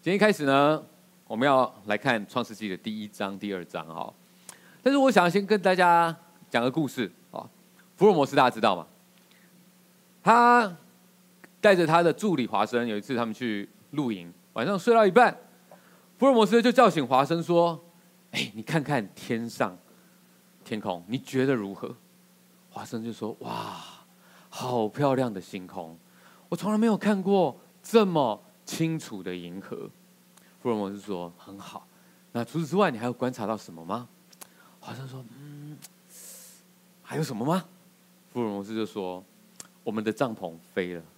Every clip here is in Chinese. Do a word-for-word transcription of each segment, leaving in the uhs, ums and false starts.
今天开始呢，我们要来看创世纪的第一章、第二章哈。但是我想先跟大家讲个故事啊。福尔摩斯大家知道吗？他带着他的助理华生，有一次他们去露营，晚上睡到一半，福尔摩斯就叫醒华生说：“哎，你看看天上天空，你觉得如何？”华生就说：“哇，好漂亮的星空，我从来没有看过这么清楚的银河。”福尔摩斯说：“很好，那除此之外，你还有观察到什么吗？”华生说：“嗯，还有什么吗？”福尔摩斯就说：“我们的帐篷飞了。”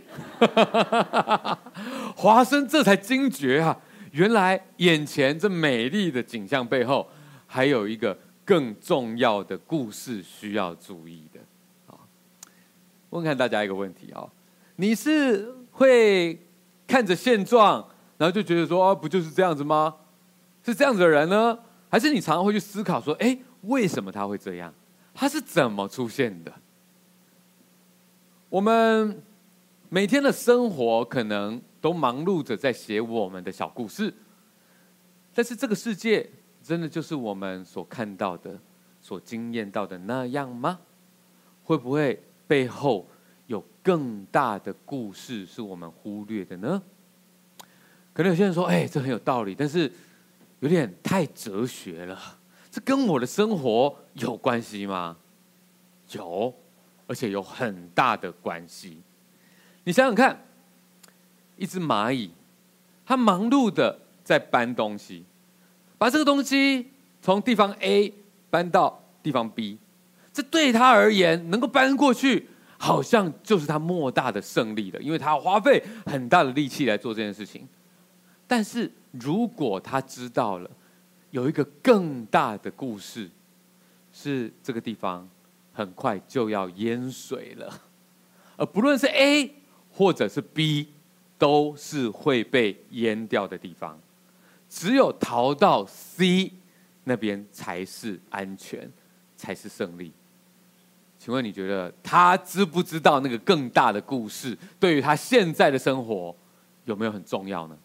华生这才惊觉啊，原来眼前这美丽的景象背后，还有一个更重要的故事需要注意的。问看大家一个问题啊，你是会看着现状，然后就觉得说，啊，不就是这样子吗？是这样子的人呢？还是你常常会去思考说，哎，为什么他会这样？他是怎么出现的？我们每天的生活可能都忙碌着在写我们的小故事，但是这个世界真的就是我们所看到的、所经验到的那样吗？会不会背后有更大的故事是我们忽略的呢？可能有些人说：“哎，这很有道理，但是有点太哲学了。这跟我的生活有关系吗？”有，而且有很大的关系。你想想看，一只蚂蚁，它忙碌的在搬东西，把这个东西从地方 A 搬到地方 B， 这对它而言能够搬过去，好像就是它莫大的胜利了，因为它要花费很大的力气来做这件事情。但是如果他知道了有一个更大的故事，是这个地方很快就要淹水了，而不论是 A 或者是 B， 都是会被淹掉的地方，只有逃到 C 那边才是安全，才是胜利。请问你觉得他知不知道那个更大的故事对于他现在的生活有没有很重要呢？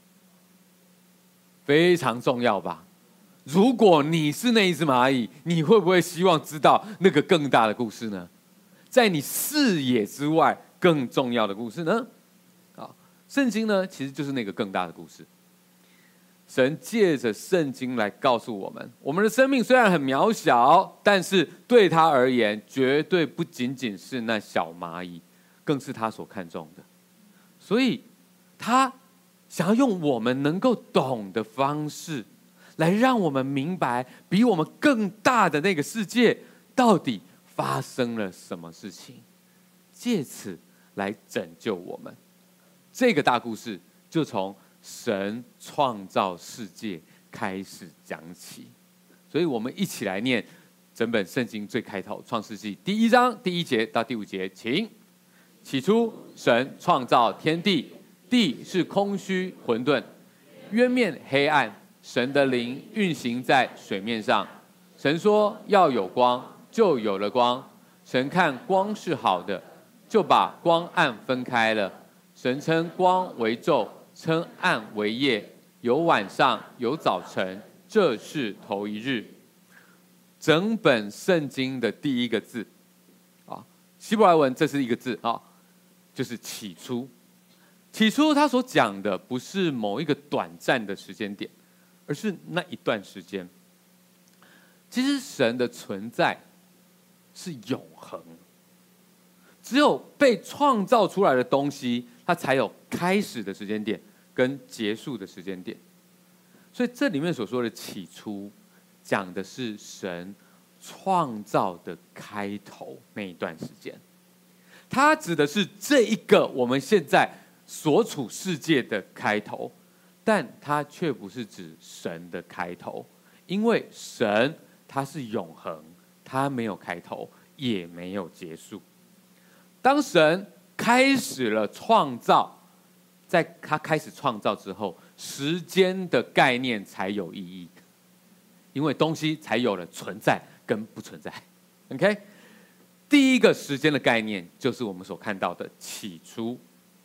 非常重要吧。如果你是那一只蚂蚁，你会不会希望知道那个更大的故事呢？在你视野之外更重要的故事呢？啊，圣经呢其实就是那个更大的故事。神借着圣经来告诉我们，我们的生命虽然很渺小，但是对他而言绝对不仅仅是那小蚂蚁，更是他所看重的。所以他想要用我们能够懂的方式，来让我们明白比我们更大的那个世界到底发生了什么事情，借此来拯救我们。这个大故事就从神创造世界开始讲起，所以我们一起来念整本圣经最开头，创世纪第一章第一节到第五节，请。起初神创造天地，地是空虚混沌，渊面黑暗，神的灵运行在水面上。神说要有光，就有了光。神看光是好的，就把光暗分开了。神称光为昼，称暗为夜，有晚上，有早晨，这是头一日。整本圣经的第一个字啊，希伯来文这是一个字啊，就是起初。起初他所讲的不是某一个短暂的时间点，而是那一段时间。其实神的存在是永恒，只有被创造出来的东西，它才有开始的时间点跟结束的时间点。所以这里面所说的起初，讲的是神创造的开头那一段时间。它指的是这一个我们现在所处世界的开头，但它却不是指神的开头，因为神它是永恒，它没有开头，也没有结束。当神开始了创造，在他开始创造之后，时间的概念才有意义，因为东西才有了存在跟不存在。OK， 第一个时间的概念就是我们所看到的起初。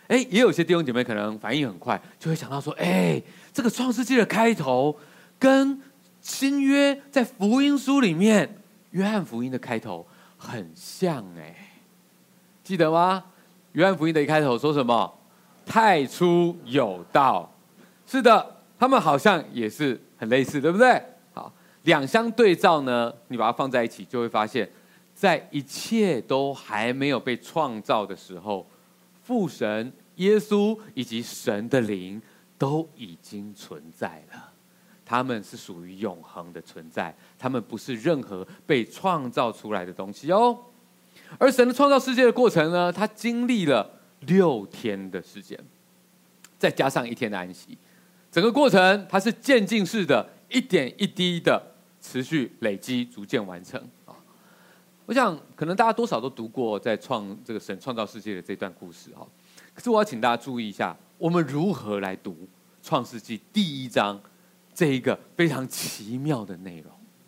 哎，也有些弟兄姐妹可能反应很快，就会想到说，哎，这个创世纪的开头跟新约在福音书里面约翰福音的开头很像哎，记得吗？约翰福音的一开头说什么？太初有道。是的，他们好像也是很类似，对不对？好，两相对照呢，你把它放在一起，就会发现，在一切都还没有被创造的时候，父神、耶稣以及神的灵都已经存在了。他们是属于永恒的存在，他们不是任何被创造出来的东西哦。而神的创造世界的过程呢，他经历了六天的时间，再加上一天的安息，整个过程它是渐进式的，一点一滴的持续累积，逐渐完成。我想可能大家多少都读过在创这个神创造世界的这段故事哈，可是我要请大家注意一下，我们如何来读创世纪第一章这一个非常奇妙的内容。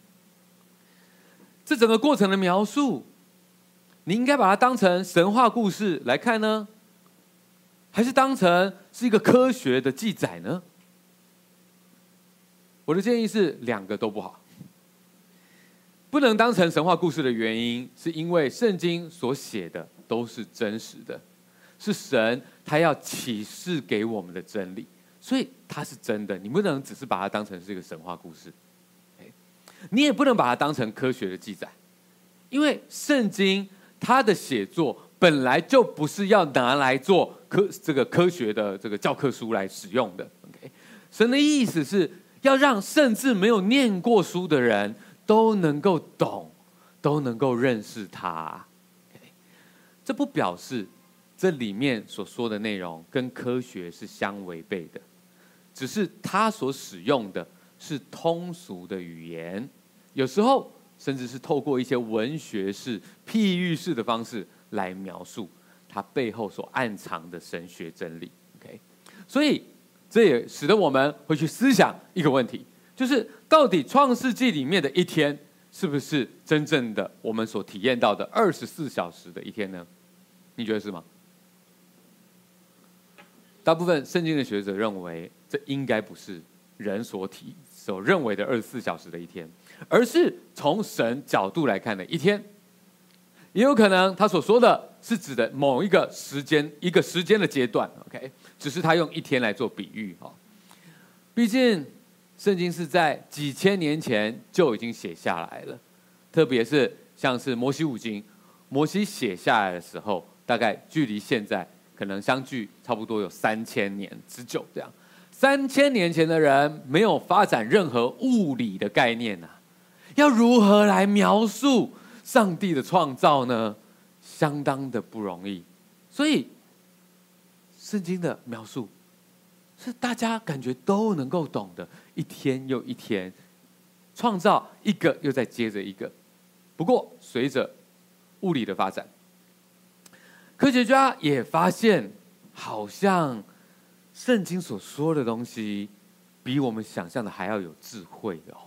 这整个过程的描述，你应该把它当成神话故事来看呢，还是当成是一个科学的记载呢？我的建议是两个都不好。不能当成神话故事的原因，是因为圣经所写的都是真实的，是神他要启示给我们的真理，所以它是真的。你不能只是把它当成是一个神话故事，你也不能把它当成科学的记载，因为圣经它的写作本来就不是要拿来做科这个科学的这个教科书来使用的。Okay? 神的意思是要让甚至没有念过书的人都能够懂，都能够认识他。Okay? 这不表示这里面所说的内容跟科学是相违背的，只是他所使用的是通俗的语言，有时候甚至是透过一些文学式、譬喻式的方式来描述它背后所暗藏的神学真理。Okay? 所以这也使得我们会去思想一个问题，就是到底创世纪里面的一天是不是真正的我们所体验到的二十四小时的一天呢？你觉得是吗？大部分圣经的学者认为，这应该不是人所体所认为的二十四小时的一天，而是从神角度来看的一天。也有可能他所说的是指的某一个时间、一个时间的阶段 ，OK， 只是他用一天来做比喻哈。毕竟圣经是在几千年前就已经写下来了，特别是像是摩西五经，摩西写下来的时候，大概距离现在可能相距差不多有三千年之久。这样，三千年前的人没有发展任何物理的概念啊，要如何来描述上帝的创造呢？相当的不容易。所以，圣经的描述是大家感觉都能够懂的，一天又一天，创造一个又再接着一个。不过，随着物理的发展，科学家也发现，好像圣经所说的东西，比我们想象的还要有智慧哦。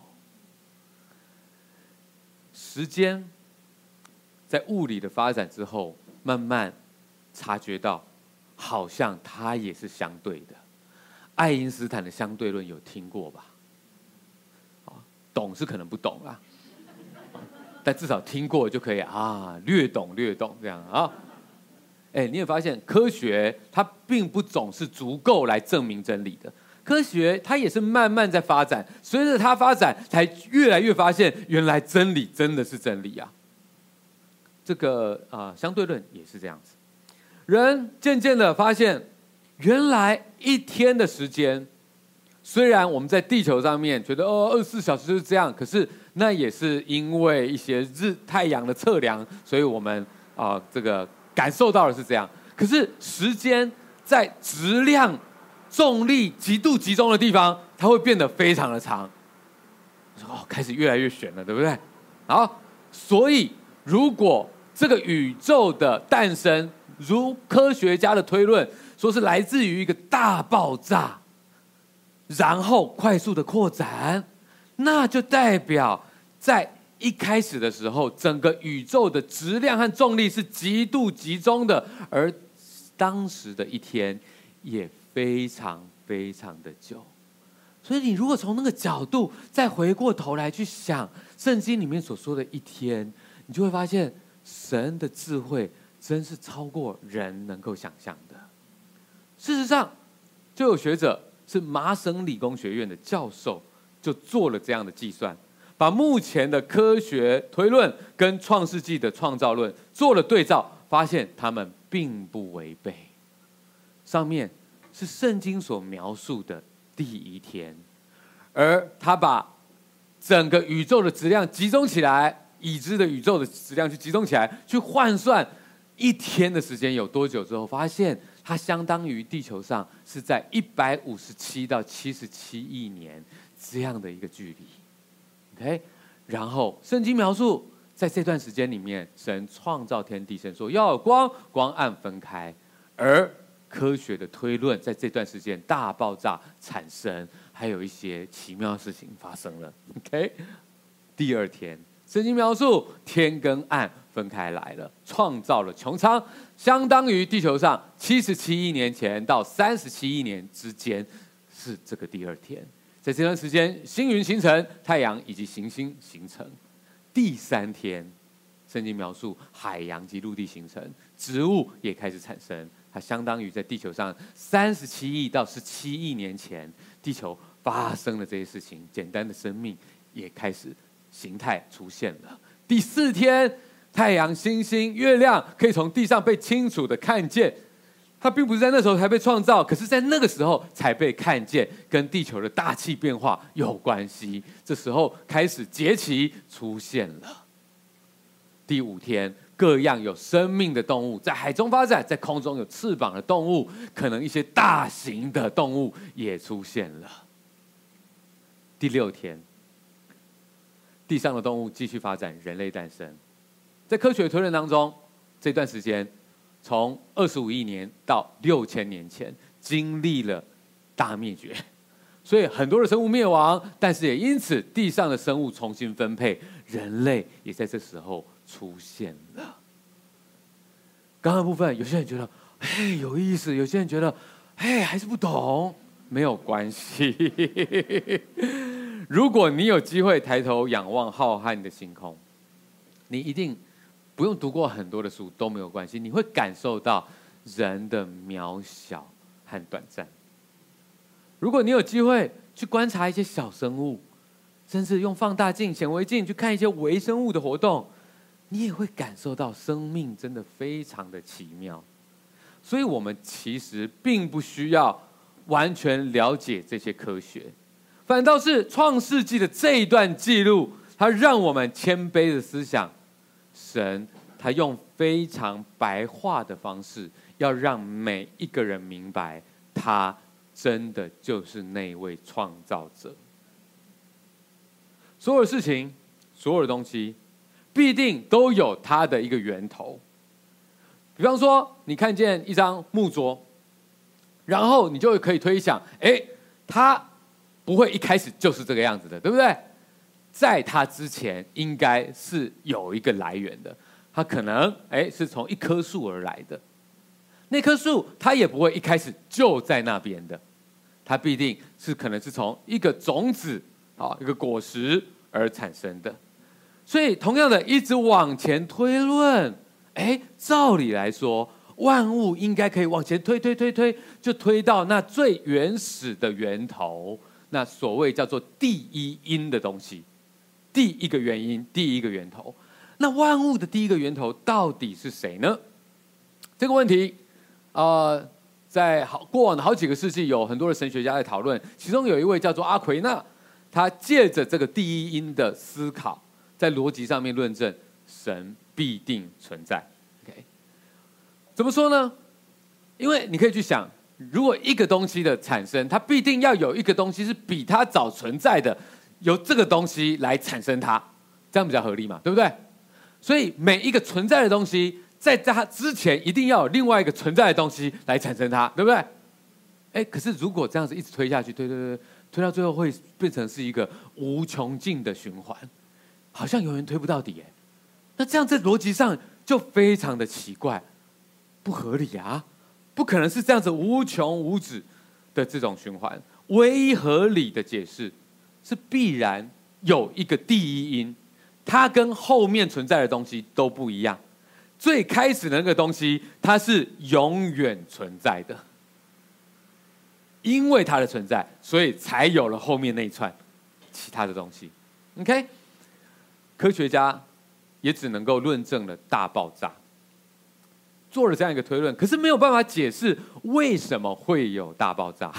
时间在物理的发展之后，慢慢察觉到，好像它也是相对的。爱因斯坦的相对论有听过吧？懂是可能不懂啦，但至少听过就可以啊，略懂略懂这样啊。哎，你也发现科学它并不总是足够来证明真理的，科学它也是慢慢在发展，随着它发展，才越来越发现原来真理真的是真理啊。这个啊、呃，相对论也是这样子，人渐渐的发现，原来一天的时间，虽然我们在地球上面觉得哦二十四小时就是这样，可是那也是因为一些日太阳的测量，所以我们啊、呃、这个。感受到的是这样，可是时间在质量、重力极度集中的地方，它会变得非常的长。哦，开始越来越悬了，对不对？好，所以如果这个宇宙的诞生，如科学家的推论，说是来自于一个大爆炸，然后快速的扩展，那就代表在一开始的时候，整个宇宙的质量和重力是极度集中的，而当时的一天也非常非常的久。所以你如果从那个角度再回过头来去想圣经里面所说的一天，你就会发现神的智慧真是超过人能够想象的。事实上，就有学者是麻省理工学院的教授，就做了这样的计算，把目前的科学推论跟创世纪的创造论做了对照，发现他们并不违背。上面是圣经所描述的第一天，而他把整个宇宙的质量集中起来，已知的宇宙的质量去集中起来，去换算一天的时间有多久之后，发现它相当于地球上是在一百五十七到七十七亿年这样的一个距离。OK， 然后圣经描述在这段时间里面，神创造天地，神说要有光，光暗分开，而科学的推论在这段时间大爆炸产生，还有一些奇妙的事情发生了。OK， 第二天，圣经描述天跟暗分开来了，创造了穹苍，相当于地球上七十七亿年前到三十七亿年之间是这个第二天。在这段时间，星云形成，太阳以及行星形成。第三天，圣经描述海洋及陆地形成，植物也开始产生。它相当于在地球上三十七亿到十七亿年前，地球发生了这些事情，简单的生命也开始形态出现了。第四天，太阳、星星、月亮可以从地上被清楚的看见。它并不是在那时候才被创造，可是在那个时候才被看见，跟地球的大气变化有关系。这时候开始节气出现了。第五天，各样有生命的动物在海中发展，在空中有翅膀的动物，可能一些大型的动物也出现了。第六天，地上的动物继续发展，人类诞生。在科学推论当中，这段时间从二十五亿年到六千年前，经历了大灭绝，所以很多的生物灭亡，但是也因此地上的生物重新分配，人类也在这时候出现了。刚刚的部分，有些人觉得哎有意思，有些人觉得哎还是不懂，没有关系。如果你有机会抬头仰望浩瀚的星空，你一定不用读过很多的书都没有关系，你会感受到人的渺小和短暂。如果你有机会去观察一些小生物，甚至用放大镜、显微镜去看一些微生物的活动，你也会感受到生命真的非常的奇妙。所以我们其实并不需要完全了解这些科学，反倒是创世纪的这一段记录，它让我们谦卑的思想，神他用非常白话的方式，要让每一个人明白，他真的就是那位创造者。所有事情，所有的东西，必定都有它的一个源头。比方说，你看见一张木桌，然后你就可以推想，哎，它不会一开始就是这个样子的，对不对？在它之前，应该是有一个来源的。它可能哎是从一棵树而来的，那棵树它也不会一开始就在那边的，它必定是可能是从一个种子啊一个果实而产生的。所以同样的，一直往前推论，哎，照理来说，万物应该可以往前推推推推，就推到那最原始的源头，那所谓叫做第一因的东西，第一个原因，第一个源头。那万物的第一个源头到底是谁呢？这个问题，呃，在好过往的好几个世纪，有很多的神学家在讨论。其中有一位叫做阿奎那，他借着这个第一因的思考，在逻辑上面论证神必定存在。OK， 怎么说呢？因为你可以去想，如果一个东西的产生，它必定要有一个东西是比它早存在的，由这个东西来产生它，这样比较合理嘛，对不对？所以每一个存在的东西，在它之前一定要有另外一个存在的东西来产生它，对不对？哎，可是如果这样子一直推下去，推推推推到最后，会变成是一个无穷尽的循环，好像永远推不到底。哎，那这样在逻辑上就非常的奇怪，不合理啊！ 不可能是这样子无穷无止的这种循环。唯一合理的解释是必然有一个第一因，它跟后面存在的东西都不一样。最开始的那个东西，它是永远存在的，因为它的存在，所以才有了后面那一串其他的东西。OK， 科学家也只能够论证了大爆炸，做了这样一个推论，可是没有办法解释为什么会有大爆炸。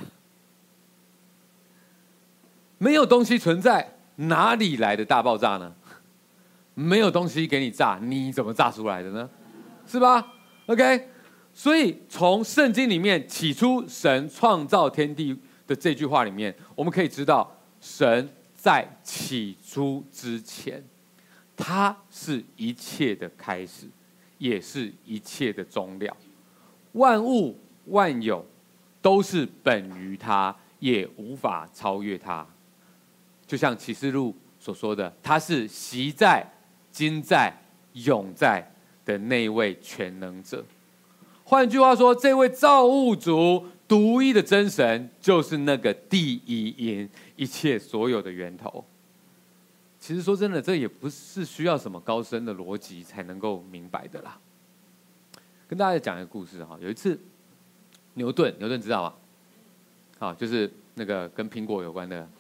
没有东西存在，哪里来的大爆炸呢？没有东西给你炸，你怎么炸出来的呢？是吧 ？OK， 所以从圣经里面起初神创造天地的这句话里面，我们可以知道，神在起初之前，他是一切的开始，也是一切的终了。万物万有都是本于他，也无法超越他。就像启示录所说的，他是习在、今在、永在的那位全能者。换句话说，这位造物主独一的真神，就是那个第一因，一切所有的源头。其实说真的，这也不是需要什么高深的逻辑才能够明白的啦。跟大家讲一个故事哈，有一次牛顿，牛顿知道吗？好，就是那个跟苹果有关的。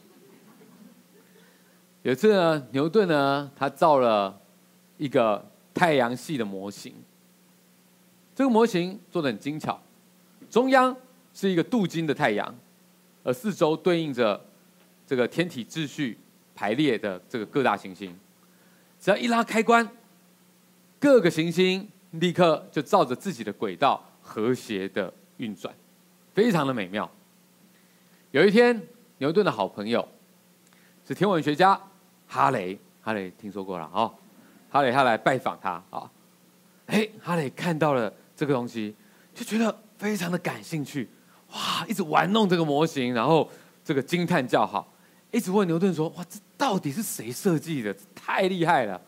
有一次呢，牛顿呢，他造了一个太阳系的模型。这个模型做得很精巧，中央是一个镀金的太阳，而四周对应着这个天体秩序排列的这个各大行星。只要一拉开关，各个行星立刻就照着自己的轨道和谐的运转，非常的美妙。有一天，牛顿的好朋友是天文学家哈雷，哈雷听说过了哦。哈雷他来拜访他啊，哎，哈雷看到了这个东西，就觉得非常的感兴趣，哇，一直玩弄这个模型，然后这个惊叹叫好，一直问牛顿说：“哇，这到底是谁设计的？太厉害了！”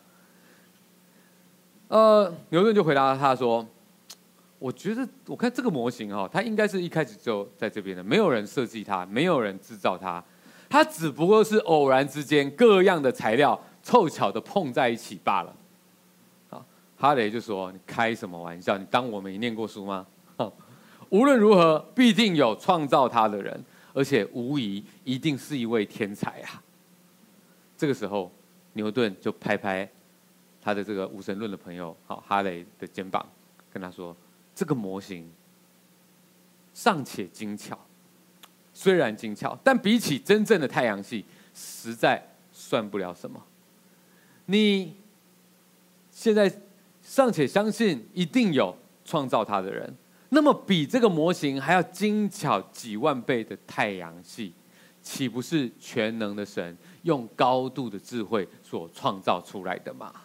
呃，牛顿就回答他说：“我觉得，我看这个模型哦，它应该是一開始就在这边的，没有人设计它，没有人制造它，它只不过是偶然之间各样的材料凑巧的碰在一起罢了。”哈雷就说：“你开什么玩笑？你当我没念过书吗？无论如何，必定有创造它的人，而且无疑一定是一位天才啊！”这个时候，牛顿就拍拍他的这个无神论的朋友好哈雷的肩膀，跟他说：“这个模型尚且精巧，虽然精巧，但比起真正的太阳系，实在算不了什么。你现在尚且相信一定有创造它的人，那么比这个模型还要精巧几万倍的太阳系，岂不是全能的神用高度的智慧所创造出来的吗？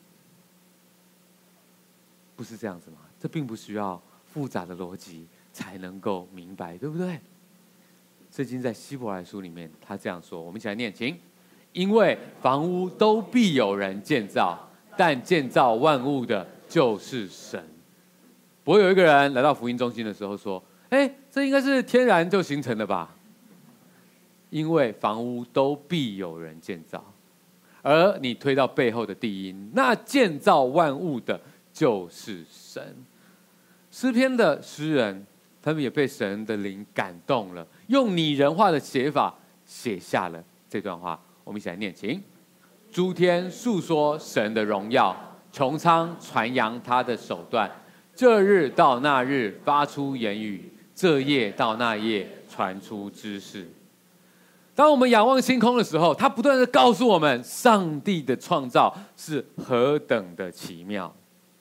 不是这样子吗？这并不需要复杂的逻辑才能够明白，对不对？圣经在希伯来书里面，他这样说，我们一起来念，请：因为房屋都必有人建造，但建造万物的就是神。不会有一个人来到福音中心的时候说：“哎，这应该是天然就形成的吧？”因为房屋都必有人建造，而你推到背后的第一，那建造万物的就是神。诗篇的诗人，他们也被神的灵感动了，用拟人化的写法写下了这段话。我们一起来念，请：诸天述说神的荣耀，穹苍传扬他的手段。这日到那日发出言语，这夜到那夜传出知识。当我们仰望星空的时候，他不断的告诉我们，上帝的创造是何等的奇妙。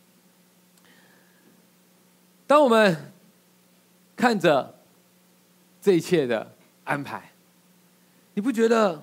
当我们看着这一切的安排，你不觉得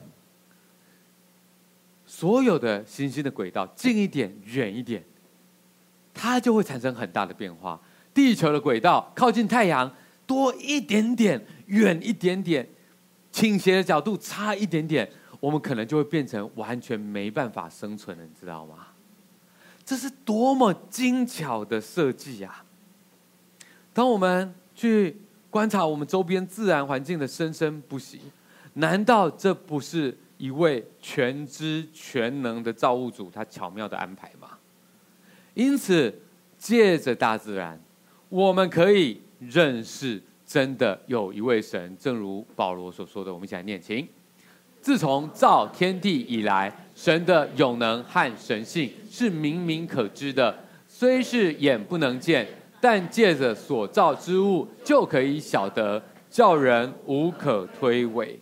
所有的行星的轨道近一点远一点，它就会产生很大的变化？地球的轨道靠近太阳多一点点，远一点点，倾斜的角度差一点点，我们可能就会变成完全没办法生存了，你知道吗？这是多么精巧的设计啊！当我们去观察我们周边自然环境的生生不息，难道这不是一位全知全能的造物主他巧妙的安排吗？因此，借着大自然，我们可以认识真的有一位神，正如保罗所说的，我们一起来念经。自从造天地以来，神的永能和神性是明明可知的，虽是眼不能见，但借着所造之物就可以晓得，叫人无可推诿。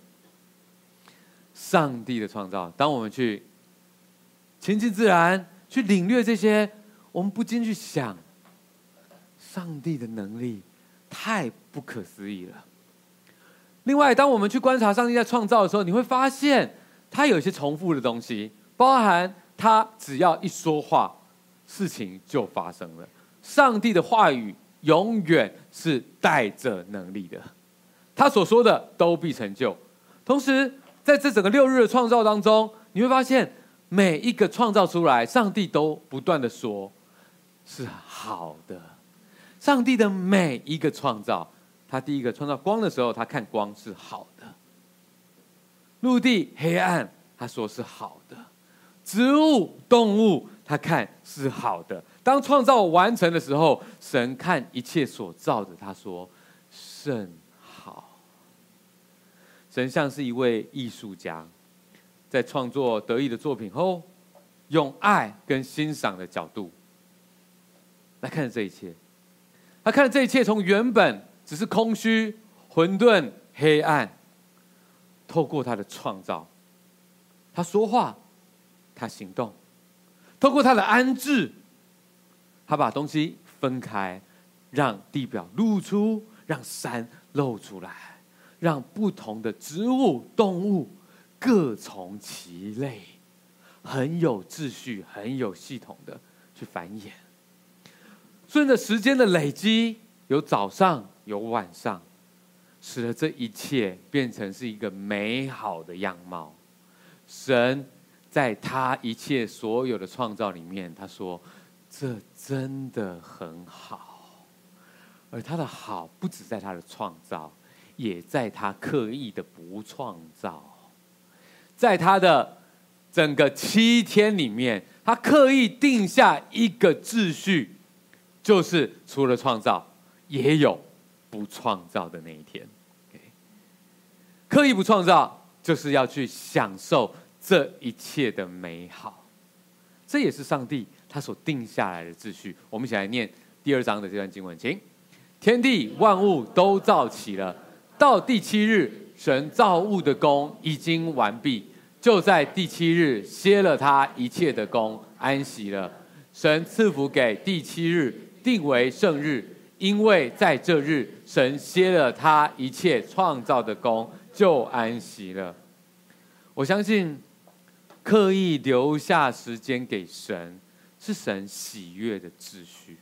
上帝的创造，当我们去亲近自然，去领略这些，我们不禁去想，上帝的能力太不可思议了。另外，当我们去观察上帝在创造的时候，你会发现他有一些重复的东西，包含他只要一说话，事情就发生了。上帝的话语永远是带着能力的，他所说的都必成就。同时，在这整个六日的创造当中，你会发现每一个创造出来，上帝都不断的说是好的。上帝的每一个创造，他第一个创造光的时候，他看光是好的；陆地黑暗，他说是好的；植物动物，他看是好的。当创造完成的时候，神看一切所造的，他说甚好。神像是一位艺术家，在创作得意的作品后，用爱跟欣赏的角度来看这一切。他看这一切从原本只是空虚、混沌、黑暗，透过他的创造，他说话，他行动，透过他的安置，他把东西分开，让地表露出，让山露出来，让不同的植物、动物各从其类，很有秩序、很有系统的去繁衍。顺着时间的累积，有早上，有晚上，使得这一切变成是一个美好的样貌。神在他一切所有的创造里面，他说这真的很好。而他的好不只在他的创造，也在他刻意的不创造。在他的整个七天里面，他刻意定下一个秩序，就是除了创造，也有不创造的那一天。刻意不创造，就是要去享受这一切的美好。这也是上帝他所定下来的秩序。我们一起来念第二章的这段经文，请。天地万物都造齐了，到第七日，神造物的工已经完毕，就在第七日歇了他一切的工，安息了。神赐福给第七日，定为圣日，因为在这日，神歇了他一切创造的工，就安息了。我相信，刻意留下时间给神，是神喜悦的秩序，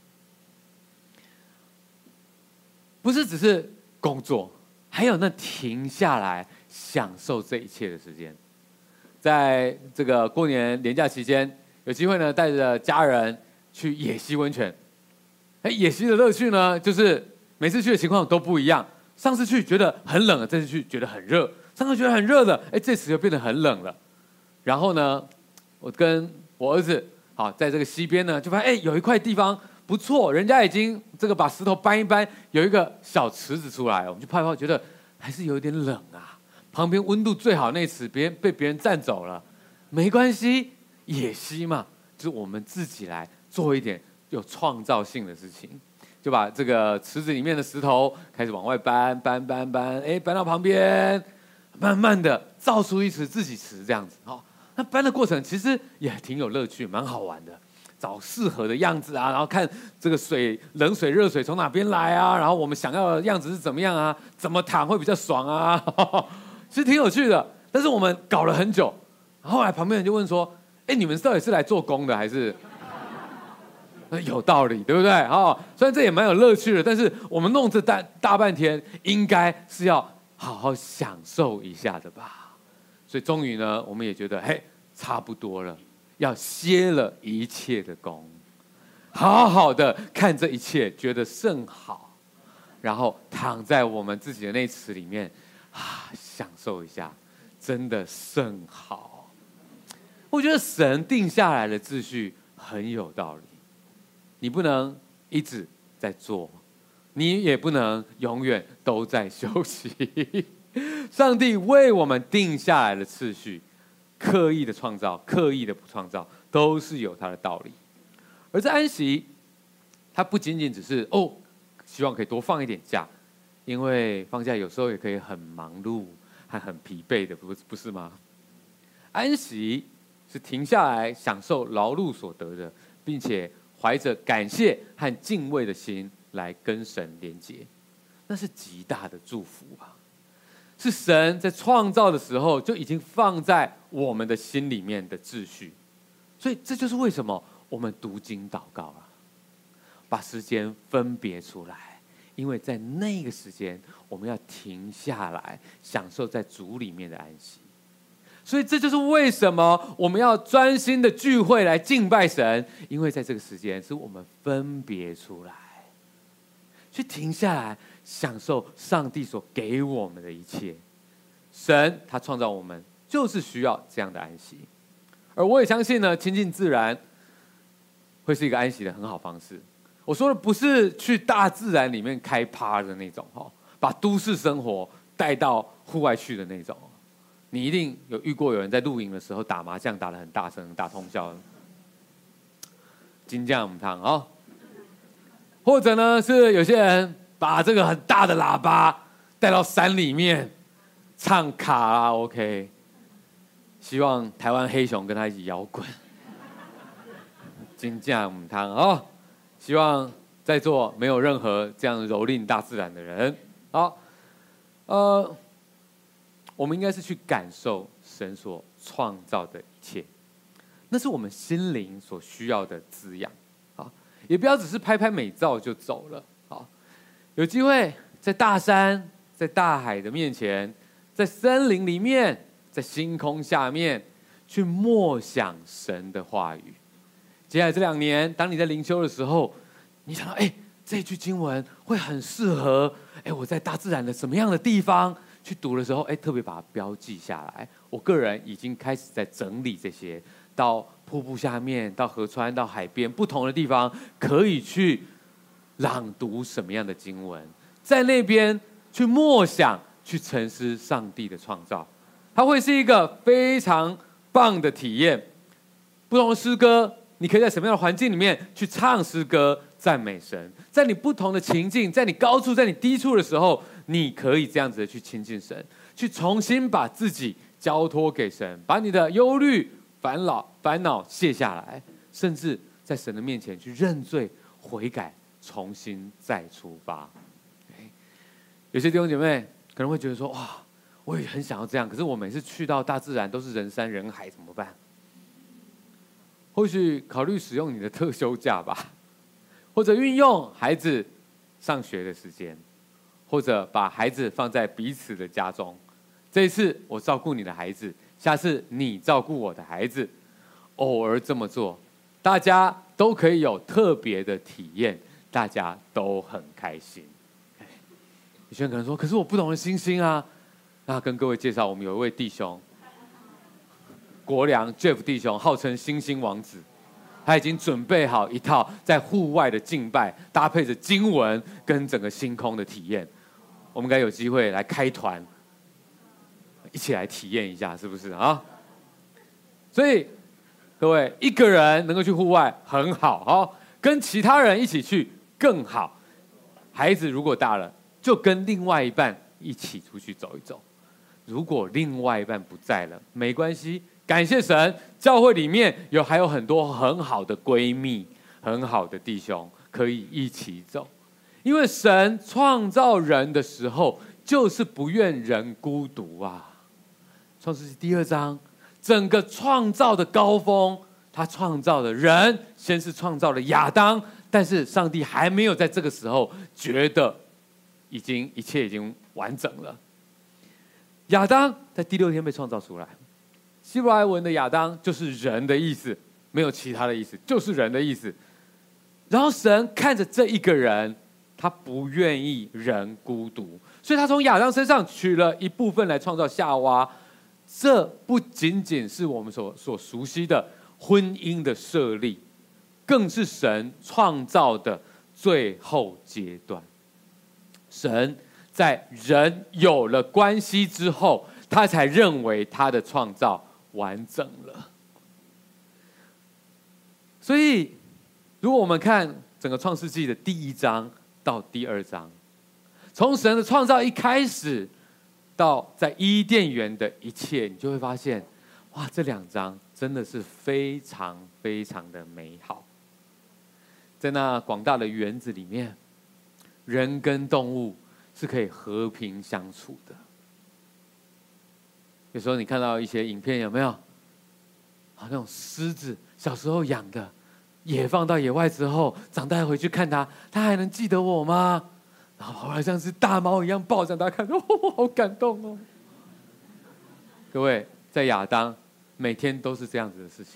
不是只是工作，还有那停下来享受这一切的时间。在这个过年连假期间，有机会呢，带着家人去野溪温泉。哎，野溪的乐趣呢，就是每次去的情况都不一样。上次去觉得很冷了，这次去觉得很热；上次觉得很热的，哎，这次又变得很冷了。然后呢，我跟我儿子好在这个溪边呢，就发现哎，有一块地方不错，人家已经这个把石头搬一搬，有一个小池子出来，我们就泡一泡，觉得还是有点冷啊。旁边温度最好那池，别人被别人占走了，没关系，野溪嘛，就是我们自己来做一点有创造性的事情，就把这个池子里面的石头开始往外搬，搬搬搬，哎，搬到旁边，慢慢的造出一池自己池这样子。好，那搬的过程其实也挺有乐趣，蛮好玩的。找适合的样子啊，然后看这个水冷水热水从哪边来啊，然后我们想要的样子是怎么样啊，怎么躺会比较爽啊，其实挺有趣的。但是我们搞了很久，后来旁边人就问说：“哎，你们到底是来做工的还是？”有道理，对不对？哦，虽然这也蛮有乐趣的，但是我们弄这大大半天，应该是要好好享受一下的吧。所以终于呢，我们也觉得，嘿，差不多了。要歇了一切的工，好好的看这一切，觉得甚好。 然后躺在我们自己的那池里面啊，享受一下，真的甚好。我觉得神定下来的秩序很有道理，你不能一直在做，你也不能永远都在休息。上帝为我们定下来的次序，刻意的创造，刻意的不创造，都是有它的道理。而在安息，它不仅仅只是哦，希望可以多放一点假，因为放假有时候也可以很忙碌和很疲惫的，不不是吗？安息是停下来享受劳碌所得的，并且怀着感谢和敬畏的心来跟神连结，那是极大的祝福啊！是神在创造的时候就已经放在我们的心里面的秩序，所以这就是为什么我们读经祷告啊，把时间分别出来，因为在那个时间我们要停下来享受在主里面的安息。所以这就是为什么我们要专心的聚会来敬拜神，因为在这个时间是我们分别出来去停下来享受上帝所给我们的一切。神他创造我们就是需要这样的安息，而我也相信呢，亲近自然会是一个安息的很好方式。我说的不是去大自然里面开趴的那种，把都市生活带到户外去的那种。你一定有遇过有人在露营的时候打麻将打得很大声，打通宵，金酱母汤哦。或者呢是有些人把这个很大的喇叭带到山里面唱卡拉 OK， 希望台湾黑熊跟他一起摇滚，金酱母汤哦。希望在座没有任何这样蹂躏大自然的人。好，呃。我们应该是去感受神所创造的一切，那是我们心灵所需要的滋养。好，也不要只是拍拍美照就走了。好，有机会在大山、在大海的面前，在森林里面，在星空下面，去默想神的话语。接下来这两年，当你在灵修的时候，你想到，哎，这句经文会很适合，哎，我在大自然的什么样的地方去读的时候，哎，特别把它标记下来。我个人已经开始在整理这些，到瀑布下面，到河川，到海边，不同的地方可以去朗读什么样的经文，在那边去默想，去沉思上帝的创造，它会是一个非常棒的体验。不同的诗歌，你可以在什么样的环境里面去唱诗歌，赞美神。在你不同的情境，在你高处，在你低处的时候，你可以这样子的去亲近神，去重新把自己交托给神，把你的忧虑、烦恼、烦恼卸下来，甚至在神的面前去认罪、悔改，重新再出发。有些弟兄姐妹可能会觉得说：“哇，我也很想要这样，可是我每次去到大自然都是人山人海，怎么办？”或许考虑使用你的特休假吧，或者运用孩子上学的时间，或者把孩子放在彼此的家中。这一次我照顾你的孩子，下次你照顾我的孩子，偶尔这么做，大家都可以有特别的体验，大家都很开心。有些人可能说：“可是我不懂得星星啊。”那跟各位介绍，我们有一位弟兄，国良 Jeff 弟兄，号称星星王子，他已经准备好一套在户外的敬拜，搭配着经文跟整个星空的体验。我们应该有机会来开团，一起来体验一下，是不是啊？所以各位，一个人能够去户外很好哦，跟其他人一起去更好。孩子如果大了，就跟另外一半一起出去走一走。如果另外一半不在了，没关系，感谢神，教会里面有还有很多很好的闺蜜、很好的弟兄可以一起走。因为神创造人的时候，就是不愿人孤独啊。创世纪第二章，整个创造的高峰，他创造的人，先是创造了亚当，但是上帝还没有在这个时候觉得已经一切已经完整了。亚当在第六天被创造出来，希伯来文的亚当就是人的意思，没有其他的意思，就是人的意思。然后神看着这一个人， 他不愿意人孤独，所以他从亚当身上取了一部分来创造夏娃。这不仅仅是我们所所熟悉的婚姻的设立，更是神创造的最后阶段。神在人有了关系之后，他才认为他的创造完整了。所以，如果我们看整个创世纪的第一章到第二章，从神的创造一开始，到在伊甸园的一切，你就会发现，哇，这两章真的是非常非常的美好。在那广大的园子里面，人跟动物是可以和平相处的。有时候你看到一些影片，有没有？好，那种狮子小时候养的，野放到野外之后，长大回去看它，它还能记得我吗？然后后来像是大猫一样抱着它看，哦，好感动哦！各位，在亚当，每天都是这样子的事情。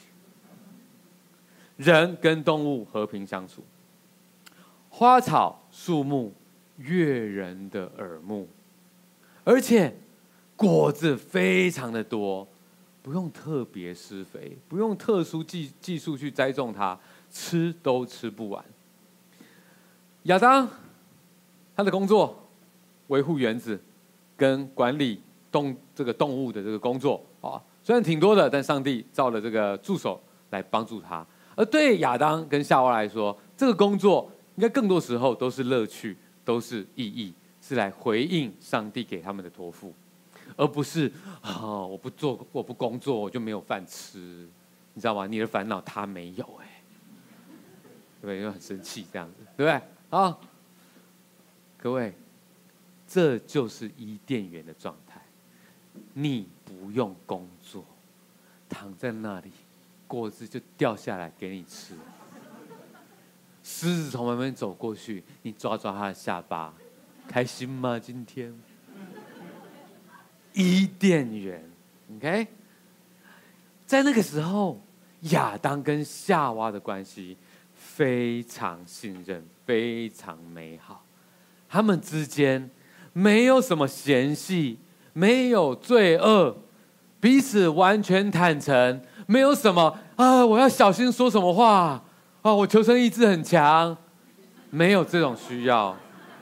人跟动物和平相处，花草树木悦人的耳目，而且果子非常的多，不用特别施肥，不用特殊技技术去栽种它，吃都吃不完。亚当他的工作维护园子跟管理动这个动物的这个工作啊，虽然挺多的，但上帝造了这个助手来帮助他。而对亚当跟夏娃来说，这个工作应该更多时候都是乐趣，都是意义，是来回应上帝给他们的托付，而不是啊、哦，我不做，我不工作，我就没有饭吃，你知道吗？你的烦恼他没有、欸，哎，对不对？就很生气这样子，对不对？好，各位，这就是伊甸园的状态，你不用工作，躺在那里。果子就掉下来给你吃，狮子从旁边走过去，你抓抓它的下巴，开心吗？今天伊甸园 ，OK， 在那个时候，亚当跟夏娃的关系非常信任，非常美好，他们之间没有什么嫌隙，没有罪恶，彼此完全坦诚。没有什么啊，我要小心说什么话啊，我求生意志很强，没有这种需要，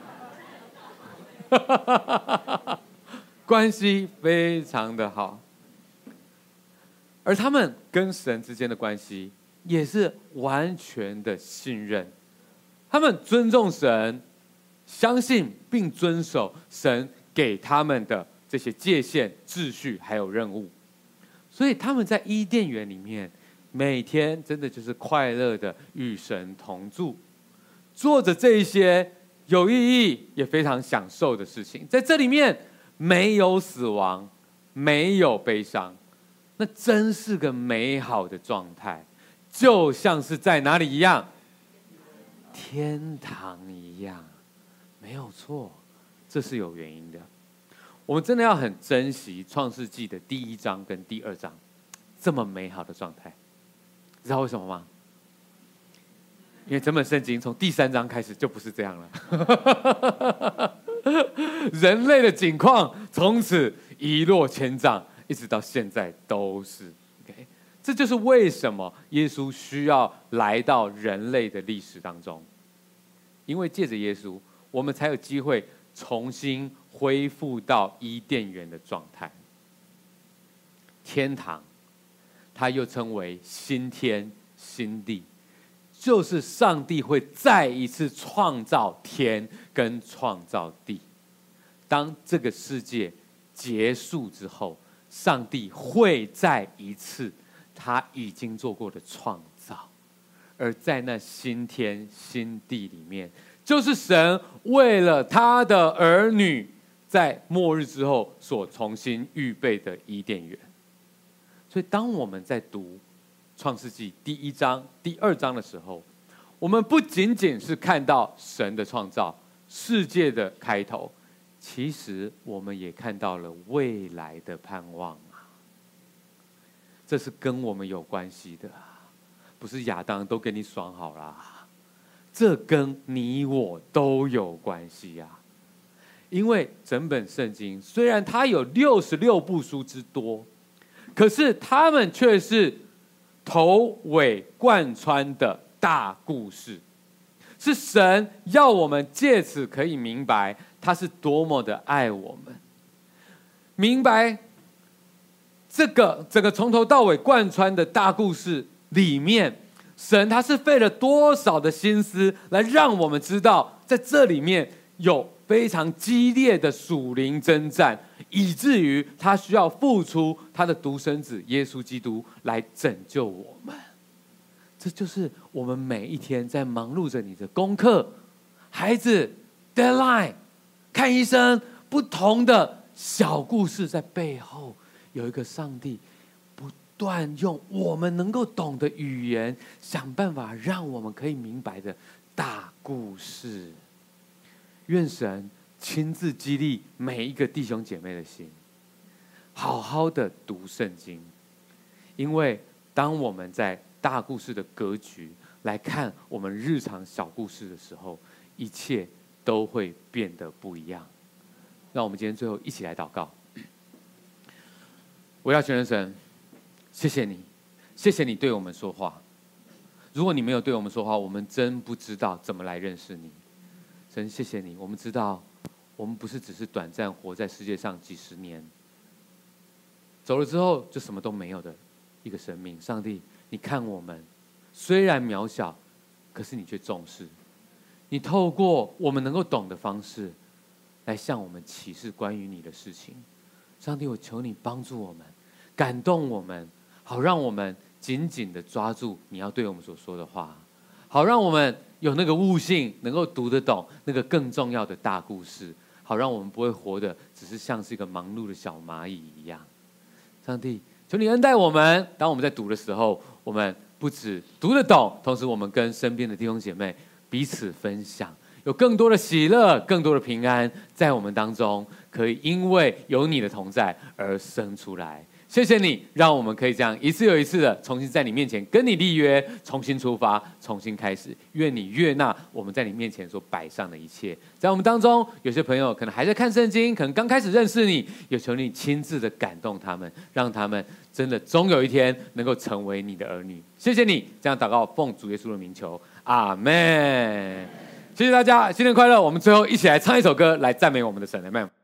关系非常的好，而他们跟神之间的关系也是完全的信任，他们尊重神，相信并遵守神给他们的这些界限、秩序还有任务。所以他们在伊甸园里面，每天真的就是快乐的与神同住，做着这一些有意义也非常享受的事情。在这里面没有死亡，没有悲伤，那真是个美好的状态，就像是在哪里一样，天堂一样，没有错，这是有原因的。我们真的要很珍惜创世纪的第一章跟第二章这么美好的状态，知道为什么吗？因为整本圣经从第三章开始就不是这样了，人类的景况从此一落千丈，一直到现在都是。Okay? 这就是为什么耶稣需要来到人类的历史当中，因为借着耶稣，我们才有机会重新恢复到伊甸园的状态。天堂，它又称为新天新地，就是上帝会再一次创造天跟创造地。当这个世界结束之后，上帝会再一次他已经做过的创造，而在那新天新地里面，就是神为了他的儿女在末日之后所重新预备的伊甸园。所以当我们在读创世纪第一章第二章的时候，我们不仅仅是看到神的创造世界的开头，其实我们也看到了未来的盼望啊，这是跟我们有关系的，不是亚当都给你爽好啦， 这跟你我都有关系啊。因为整本圣经虽然它有六十六部书之多，可是它们却是头尾贯穿的大故事，是神要我们借此可以明白他是多么的爱我们，明白这个整个从头到尾贯穿的大故事里面，神他是费了多少的心思来让我们知道，在这里面有非常激烈的属灵征战，以至于他需要付出他的独生子耶稣基督来拯救我们。这就是我们每一天在忙碌着你的功课、孩子、deadline、看医生，不同的小故事，在背后有一个上帝不断用我们能够懂的语言，想办法让我们可以明白的大故事。愿神亲自激励每一个弟兄姐妹的心，好好的读圣经。因为当我们在大故事的格局来看我们日常小故事的时候，一切都会变得不一样。让我们今天最后一起来祷告。我要全能神，谢谢你，谢谢你对我们说话。如果你没有对我们说话，我们真不知道怎么来认识你。神，谢谢你，我们知道我们不是只是短暂活在世界上几十年，走了之后就什么都没有的一个生命。上帝，你看我们虽然渺小，可是你却重视，你透过我们能够懂的方式来向我们启示关于你的事情。上帝，我求你帮助我们，感动我们，好让我们紧紧的抓住你要对我们所说的话，好让我们有那个悟性，能够读得懂那个更重要的大故事，好让我们不会活得只是像是一个忙碌的小蚂蚁一样。上帝，求你恩待我们，当我们在读的时候，我们不只读得懂，同时我们跟身边的弟兄姐妹彼此分享，有更多的喜乐，更多的平安在我们当中，可以因为有你的同在而生出来。谢谢你，让我们可以这样一次又一次的重新在你面前跟你立约，重新出发，重新开始。愿你悦纳我们在你面前所摆上的一切。在我们当中，有些朋友可能还在看圣经，可能刚开始认识你，有求你亲自的感动他们，让他们真的终有一天能够成为你的儿女。谢谢你，这样祷告奉主耶稣的名求，阿们。谢谢大家，新年快乐！我们最后一起来唱一首歌来赞美我们的神，阿们。